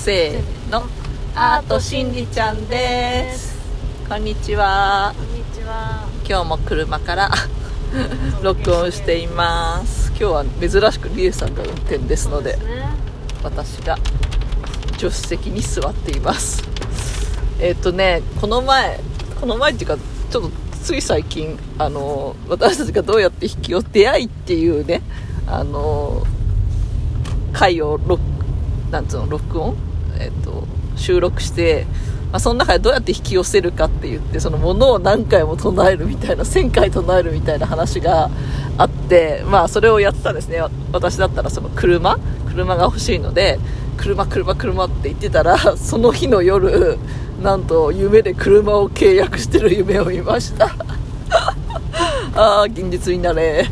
せーの、アートしんりちゃんです。こんにちは。 こんにちは。 今日も車から録音しています。今日は珍しくリエさんが運転ですので、 そうですね、 私が助手席に座っています。この前っていうか、ちょっとつい最近私たちがどうやって出会いっていうね、回を録音、収録して、その中でどうやって引き寄せるかって言って、そのものを何回も唱えるみたいな、1000回唱えるみたいな話があって、それをやったんですね。私だったらその車が欲しいので、車って言ってたら、その日の夜なんと夢で車を契約してる夢を見ましたあー現実になれ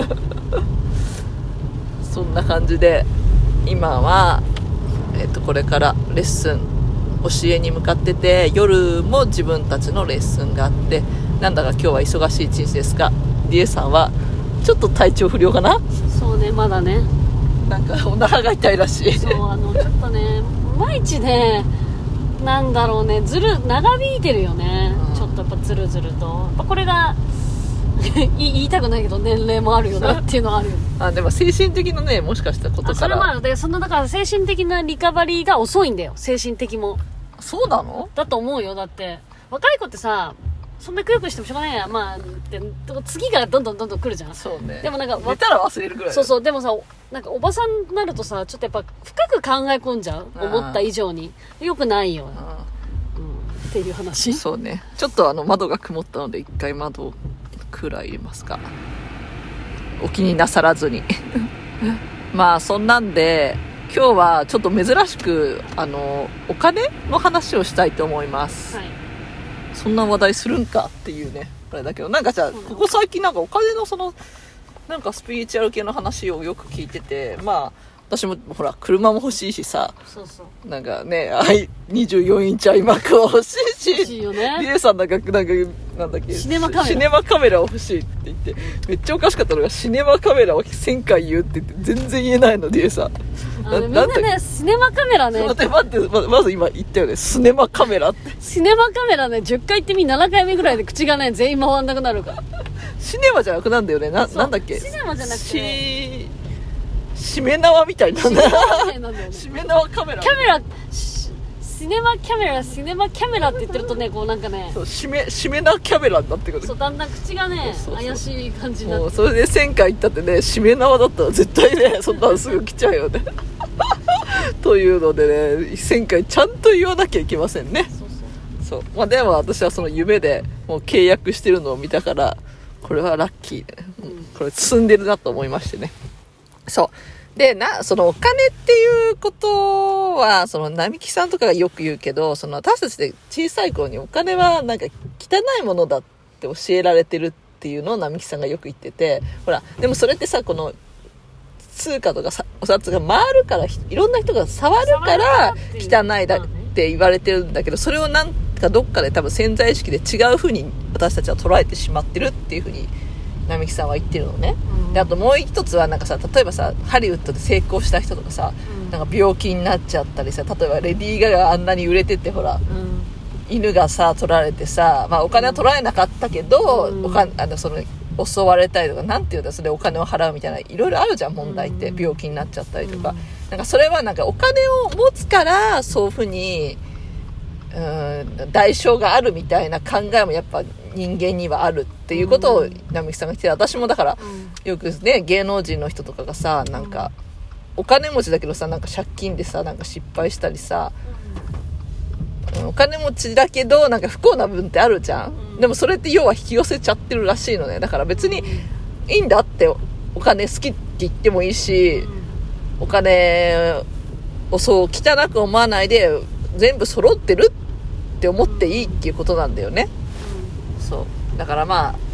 そんな感じで今は、これからレッスン教えに向かってて、夜も自分たちのレッスンがあって、なんだか今日は忙しい一日ですが、リエさんはちょっと体調不良かな。 そうね、まだね、 なんかお腹が痛いらしい。 そうちょっとね、毎日ね、なんだろうね、長引いてるよね、ちょっとやっぱずるずると、やっぱこれが言いたくないけど年齢もあるよねっていうのはあるよでも精神的なね、もしかしたことから、 それもあるで、だから精神的なリカバリーが遅いんだよ、精神的も。 そうなのだと思うよ。だって若い子ってさ、そんなくよくしてもしょうがないや、で次がどんどん来るじゃん。 そうね。 でもなんか寝たら忘れるぐらい。 そうでもさ、なんかおばさんになるとさ、ちょっとやっぱ深く考え込んじゃう、思った以上によくないよ、っていう話。 そうね。ちょっと窓が曇ったので一回窓をクーラー入れますか。お気になさらずにそんなんで今日はちょっと珍しくお金の話をしたいと思います、はい、そんな話題するんかっていうね、あれだけど、なんかじゃあここ最近なんかお金のなんかスピリチュアル系の話をよく聞いてて、私もほら車も欲しいしさ、なんかね、24インチ iMac は欲しいし、 よね、 リエさんなんだっけ、 シネマカメラ欲しいって言って、めっちゃおかしかったのが、シネマカメラを1000回言うって言って全然言えないのでさ、 みんなね、シネマカメラね、 待ってまず今言ったよね、シネマカメラって。 シネマカメラね、10回言ってみ、7回目ぐらいで口がね全員回んなくなるからシネマじゃなくなんだよね、なんだっけ、 シネマじゃなくてしめ縄みたいなんだよね。 しめ縄カメラシネマキャメラって言ってるとね、こうなんかね、 そうしめ縄キャメラになってくる。 そう、だんだん口がね、怪しい感じになって、 それで1000回言ったってね、しめ縄だったら絶対ね、そんなのすぐ来ちゃうよねというのでね、1000回ちゃんと言わなきゃいけませんね。そうでも私はその夢でもう契約してるのを見たから、これはラッキーで、これ進んでるなと思いましてね。そうで、そのお金っていうことは、その並木さんとかがよく言うけど、その私たちで小さい頃にお金はなんか汚いものだって教えられてるっていうのを並木さんがよく言ってて、ほら、でもそれってさ、この通貨とかお札が回るから、いろんな人が触るから汚いだって言われてるんだけど、それをなんかどっかで多分潜在意識で違う風に私たちは捉えてしまってるっていう風に並木さんは言ってるのね、であともう一つはなんかさ、例えばさ、ハリウッドで成功した人とかさ、なんか病気になっちゃったりさ、例えばレディー・ガガがあんなに売れてて、ほら、犬がさ取られてさ、お金は取られなかったけど、その襲われたりとか、なんていうんだ、それでお金を払うみたいな、いろいろあるじゃん、問題って。病気になっちゃったりとか、なんかそれはなんかお金を持つからそういうふうに代償があるみたいな考えもやっぱ人間にはあるっていうことを並木さんが言ってて、私もだからよくね、芸能人の人とかがさ、なんかお金持ちだけどさ、なんか借金でさ、なんか失敗したりさ、お金持ちだけどなんか不幸な部分ってあるじゃん、でもそれって要は引き寄せちゃってるらしいのね。だから別にいいんだって、お金好きって言ってもいいし、お金をそう汚く思わないで全部揃ってるって思っていいっていうことなんだよね。そうだから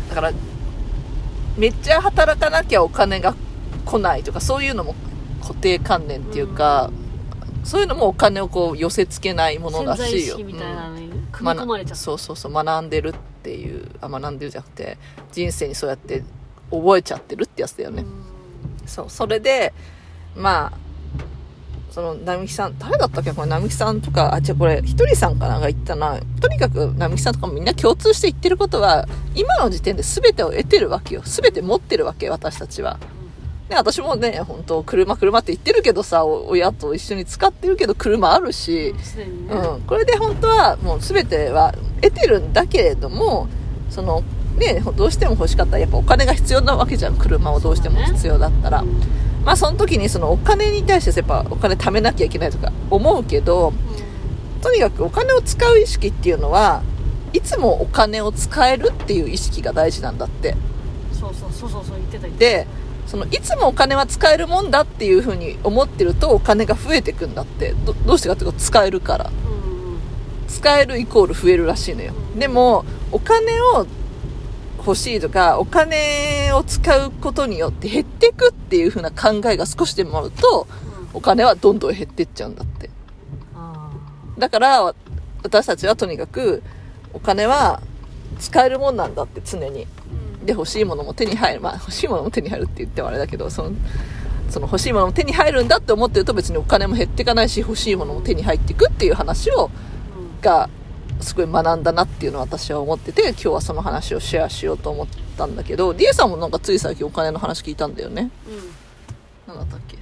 めっちゃ働かなきゃお金が来ないとか、そういうのも固定観念っていうか、そういうのもお金をこう寄せ付けないものらしいよ。 潜在意識みたいなのに組み込まれちゃった、 そう学んでるっていう、学んでるじゃなくて人生にそうやって覚えちゃってるってやつだよね。それでその並木さん誰だったっけ、これ並木さんとか違う、これひとりさんかなが言ったな。とにかく並木さんとかもみんな共通して言ってることは、今の時点で全てを得てるわけよ。全て持ってるわけ、私たちは。で私もね、本当車って言ってるけどさ、親と一緒に使ってるけど車あるし、これで本当はもう全ては得てるんだけれども、そのね、どうしても欲しかったらやっぱお金が必要なわけじゃん。車をどうしても必要だったら、まあその時にそのお金に対してやっぱお金貯めなきゃいけないとか思うけど、とにかくお金を使う意識っていうのはいつもお金を使えるっていう意識が大事なんだって。 そう言ってた。 でそのいつもお金は使えるもんだっていう風に思ってるとお金が増えてくんだって。どうしてかっていうと使えるから、使えるイコール増えるらしいのよ。でもお金を欲しいとかお金を使うことによって減っていくっていう風な考えが少しでもあると、お金はどんどん減っていっちゃうんだって。だから私たちはとにかくお金は使えるもんなんだって、常に。で欲しいものも手に入る、欲しいものも手に入るって言ってもあれだけど、その欲しいものも手に入るんだって思ってると別にお金も減っていかないし、欲しいものも手に入っていくっていう話がすごい学んだなっていうのを私は思ってて、今日はその話をシェアしようと思ったんだけど、リエさんもなんかつい最近お金の話聞いたんだよね。何だったっけ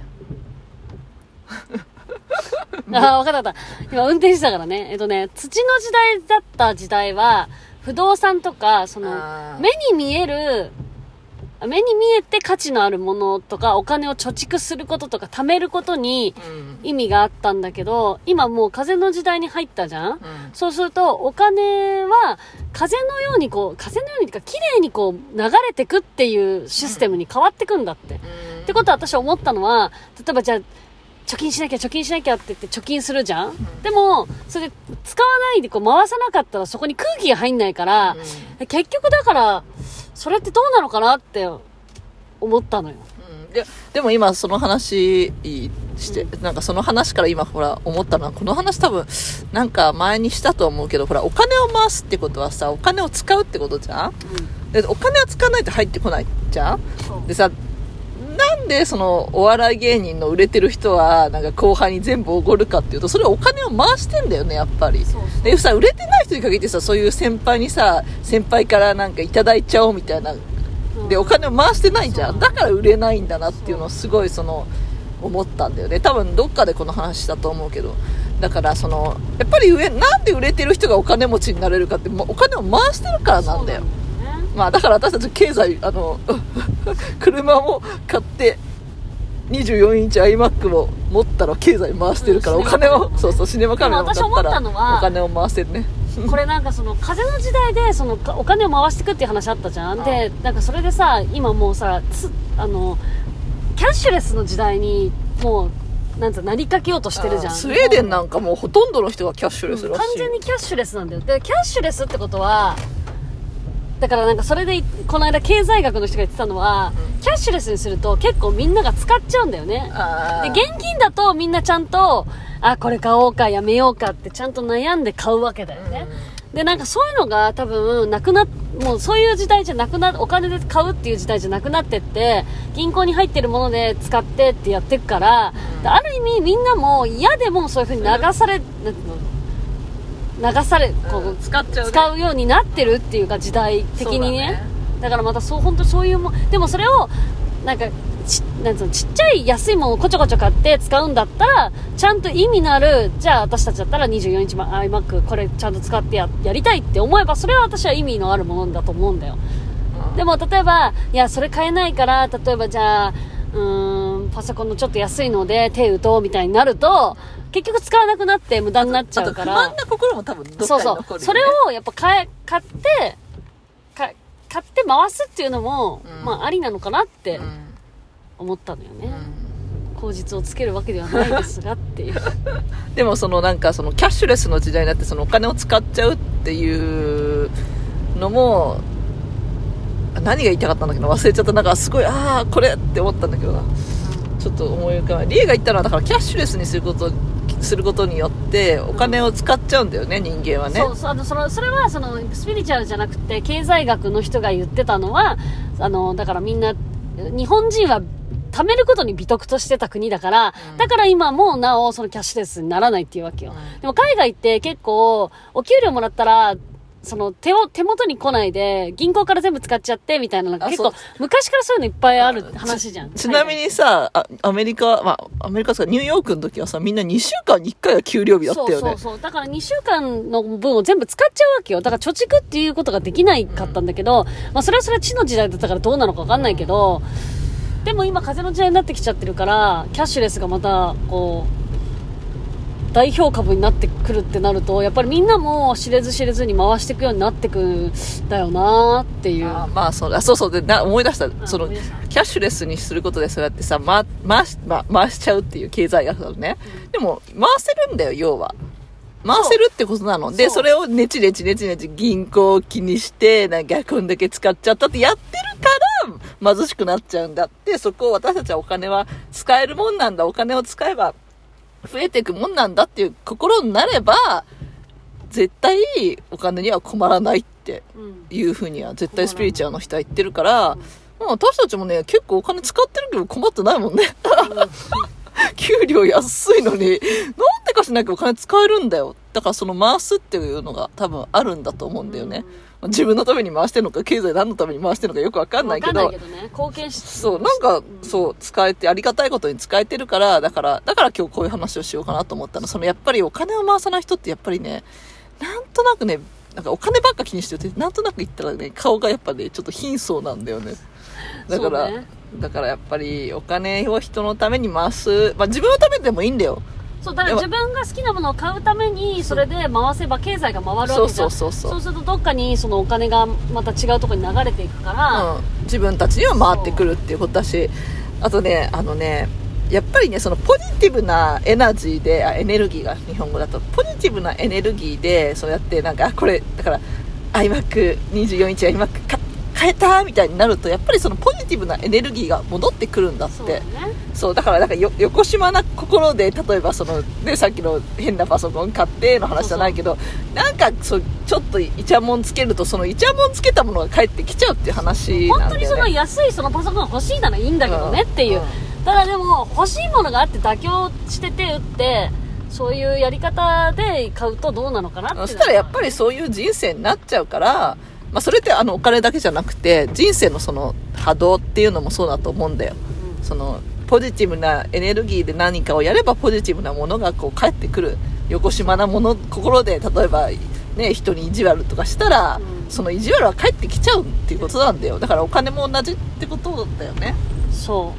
分かった今運転してたからね。土の時代だった時代は不動産とかその目に見えて価値のあるものとかお金を貯蓄することとか貯めることに意味があったんだけど、今もう風の時代に入ったじゃん、そうするとお金は風のようにとか綺麗にこう流れてくっていうシステムに変わってくんだって、ってことは私思ったのは、例えばじゃあ貯金しなきゃって言って貯金するじゃん、でもそれで使わないでこう回さなかったらそこに空気が入んないから、結局だからそれってどうなのかなって思ったのよ。 でも今その話して、なんかその話から今ほら思ったのは、この話多分なんか前にしたと思うけど、ほらお金を回すってことはさ、お金を使うってことじゃん、でお金を使わないと入ってこないじゃん。でさ、なんでそのお笑い芸人の売れてる人はなんか後輩に全部おごるかっていうと、それはお金を回してんだよね、やっぱり。でさ、売れてない人に限ってさ、そういう先輩からなんかいただいちゃおうみたいなでお金を回してないじゃん。だから売れないんだなっていうのをすごい思ったんだよね。多分どっかでこの話したと思うけど、だからやっぱりなんで売れてる人がお金持ちになれるかって、お金を回してるからなんだよ。だから私たち経済車も買って24インチ iMac を持ったら経済回してるから、お金をシネマカメラも買ったらお金を回せるね。 これなんか風の時代でお金を回していくっていう話あったじゃん。でなんかそれでさ、今もうさキャッシュレスの時代にもうなりかけようとしてるじゃん。 スウェーデンなんかもうほとんどの人がキャッシュレスらしい。 完全にキャッシュレスなんだよ。でキャッシュレスってことはだからなんかそれでこの間経済学の人が言ってたのは、キャッシュレスにすると結構みんなが使っちゃうんだよね。で現金だとみんなちゃんとこれ買おうかやめようかってちゃんと悩んで買うわけだよね。でなんかそういうのが多分もうそういう時代じゃなくなお金で買うっていう時代じゃなくなってって、銀行に入ってるもので使ってってやっていくから、ある意味みんなも嫌でもそういう風に流されこう使うようになってるっていうか、時代的に ね。だからまた本当そういうでもそれをなんかちっちゃい安いものをこちょこちょ買って使うんだったらちゃんと意味のある、じゃあ私たちだったら24インチ iMac これちゃんと使ってやりたいって思えば、それは私は意味のあるものだと思うんだよ。でも例えばそれ買えないから、例えばじゃあパソコンのちょっと安いので手打とうみたいになると結局使わなくなって無駄になっちゃうから、 不安な心も多分どっかに残るよね。 それをやっぱ買って回すっていうのも、ありなのかなって思ったのよね。口実をつけるわけではないですがっていうでもなんかキャッシュレスの時代になってお金を使っちゃうっていうのも、何が言いたかったんだけど忘れちゃった。なんかすごいこれって思ったんだけどな、ちょっと思い浮かない。リエが言ったのはだからキャッシュレスにすることによってお金を使っちゃうんだよね、人間はね。 それはスピリチュアルじゃなくて経済学の人が言ってたのは、だからみんな日本人は貯めることに美徳としてた国だから、だから今もなおそのキャッシュレスにならないっていうわけよ。でも海外って結構、お給料もらったら、その手元に来ないで銀行から全部使っちゃってみたいな、なんか結構昔からそういうのいっぱいある話じゃん。 ちなみにさ、アメリカですか、ニューヨークの時はさ、みんな2週間に1回は給料日だったよね。 そう。だから2週間の分を全部使っちゃうわけよ。だから貯蓄っていうことができないかったんだけど、まあそれは地の時代だったからどうなのかわかんないけど、でも今風の時代になってきちゃってるから、キャッシュレスがまたこう代表株になってくるってなると、やっぱりみんなも知れず知れずに回していくようになってくんだよなっていう。 まあそうで思い出した。そのキャッシュレスにすることでそうやってさ、回しちゃうっていう経済学だね。でも回せるんだよ、要は。回せるってことなので、それをネチ銀行を気にしてなんかこんだけ使っちゃったってやってるから貧しくなっちゃうんだって。そこを私たちはお金は使えるもんなんだ、お金を使えば増えていくもんなんだっていう心になれば、絶対お金には困らないっていうふうには絶対スピリチュアルの人は言ってるから、私たちもね結構お金使ってるけど困ってないもんね。給料安いのになんでかしなきゃお金使えるんだよ。だからその回すっていうのが多分あるんだと思うんだよね。自分のために回してるのか経済何のために回してるのかよくわかんないけど、 貢献してそうなんか、そう使えてありがたいことに使えてるから、だから今日こういう話をしようかなと思ったの。そのやっぱりお金を回さない人ってやっぱりね、なんとなくね、なんかお金ばっか気にしてるってなんとなく言ったらね、顔がやっぱねちょっと貧相なんだよね。だからやっぱりお金を人のために回す、自分のためでもいいんだよ。 そうだから自分が好きなものを買うためにそれで回せば経済が回るわけじゃん。そうするとどっかにそのお金がまた違うところに流れていくから、 自分たちには回ってくるっていうことだし、あとねやっぱりねそのポジティブなエナジーでエネルギーが日本語だとポジティブなエネルギーでそうやってなんかこれだから iMac24 インチ iMac 変えたみたいになるとやっぱりそのポジティブなエネルギーが戻ってくるんだって。そうだからなんか横島な心で例えばその、ね、さっきの変なパソコン買っての話じゃないけど、なんかちょっとイチャモンつけるとそのイチャモンつけたものが返ってきちゃうっていう話なんだよね。 本当にその安いそのパソコンが欲しいならいいんだけどねっていう、ただでも欲しいものがあって妥協して手打ってそういうやり方で買うとどうなのかなって。 そしたらやっぱりそういう人生になっちゃうから、それってお金だけじゃなくて人生のその波動っていうのもそうだと思うんだよ。そのポジティブなエネルギーで何かをやればポジティブなものがこう返ってくる。横島なもの心で例えばね人に意地悪とかしたら、その意地悪は返ってきちゃうっていうことなんだよ。だからお金も同じってことだよね。 そう、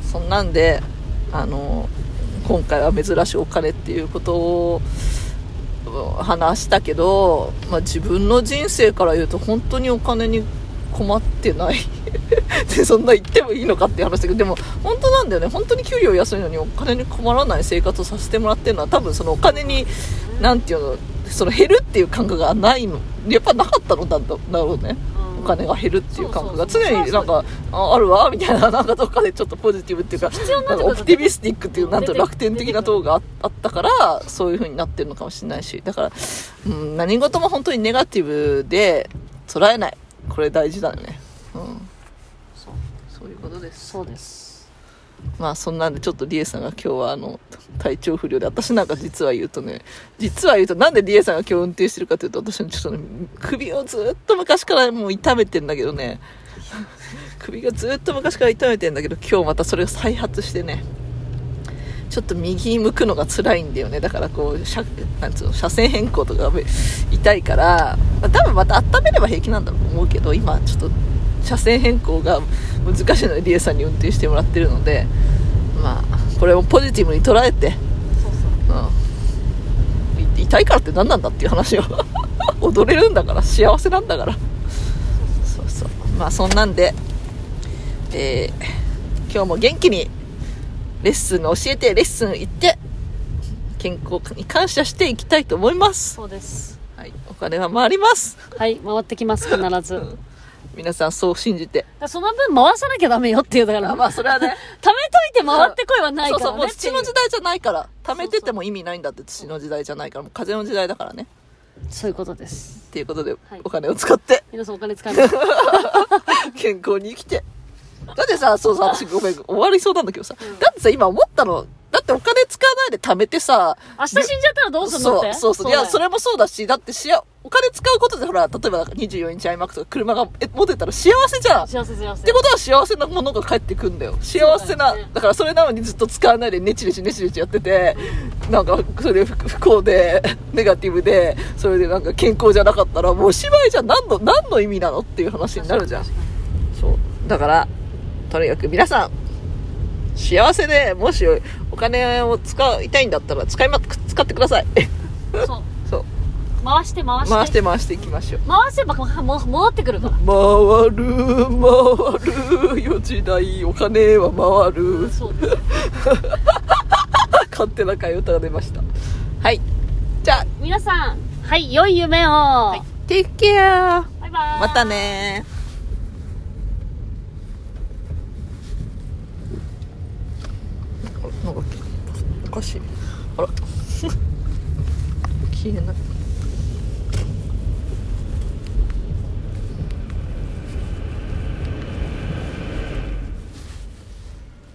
そんなんで今回は珍しいお金っていうことを話したけど、自分の人生から言うと本当にお金に困ってないでそんな言ってもいいのかっていう話だけど、でも本当なんだよね。本当に給料安いのにお金に困らない生活をさせてもらってるのは多分そのお金になんていうの、その減るっていう感覚がないの、やっぱなかったのだろうね。お金が減るっていう感覚が常になんかあるわみたいな、なんかどっかでちょっとポジティブっていうかなんかオプティミスティックっていうなんて楽天的なところがあったからそういう風になってるのかもしれないし、だから、何事も本当にネガティブで捉えない、これ大事だよね。そういうことです。 そうです。 そんなんでちょっとリエさんが今日は体調不良で、私なんか実は言うとなんでリエさんが今日運転してるかというと、私のちょっと、首をずっと昔からもう痛めてんだけどね首がずっと昔から痛めてんだけど、今日またそれが再発してね、ちょっと右向くのが辛いんだよね。だからこう車線変更とかが痛いから、多分また温めれば平気なんだと思うけど、今ちょっと車線変更が難しいのでリエさんに運転してもらってるので、これをポジティブに捉えて、痛いからって何なんだっていう話を踊れるんだから幸せなんだから、そんなんで、今日も元気にレッスンの教えてレッスン行って健康に感謝していきたいと思います。 そうです、 はい、お金は回ります。 はい、回ってきます必ず皆さんそう信じて、 その分回さなきゃダメよっていう、だからそれはね貯めといて回ってこいはないからね。 もう土の時代じゃないから、貯めてても意味ないんだって。土の時代じゃないから、もう風の時代だからね。 そういうことです。 っていうことで、お金を使って皆さんお金使います健康に生きてだってさ、そうさ、私ごめん、終わりそうなんだけどさ、だってさ、今思ったの、だってお金使わないで貯めてさ、 明日死んじゃったらどうすんのって。 そう。いや、それもそうだし、だってお金使うことでほら、例えばなんか24インチ iMac とか車が持てたら幸せじゃん。 幸せ。 ってことは幸せなものが返ってくんだよ。幸せな、だからそれなのにずっと使わないでネチネチやってて、なんかそれで不幸で、ネガティブで、それでなんか健康じゃなかったら、もうおしまいじゃん。何の意味なのっていう話になるじゃん。そう。だから、とにかく皆さん、幸せで、もしお金を使いたいんだったら使ってください。そう。 回していきましょう。 回せば戻ってくるから。 回るよ時代、お金は回る。 そうです。 勝手な替え歌が出ました。はい。じゃあ皆さん、はい、良い夢を。はい、 Take care。 バイバイ。 またね。なんかおかしい。あら消えない。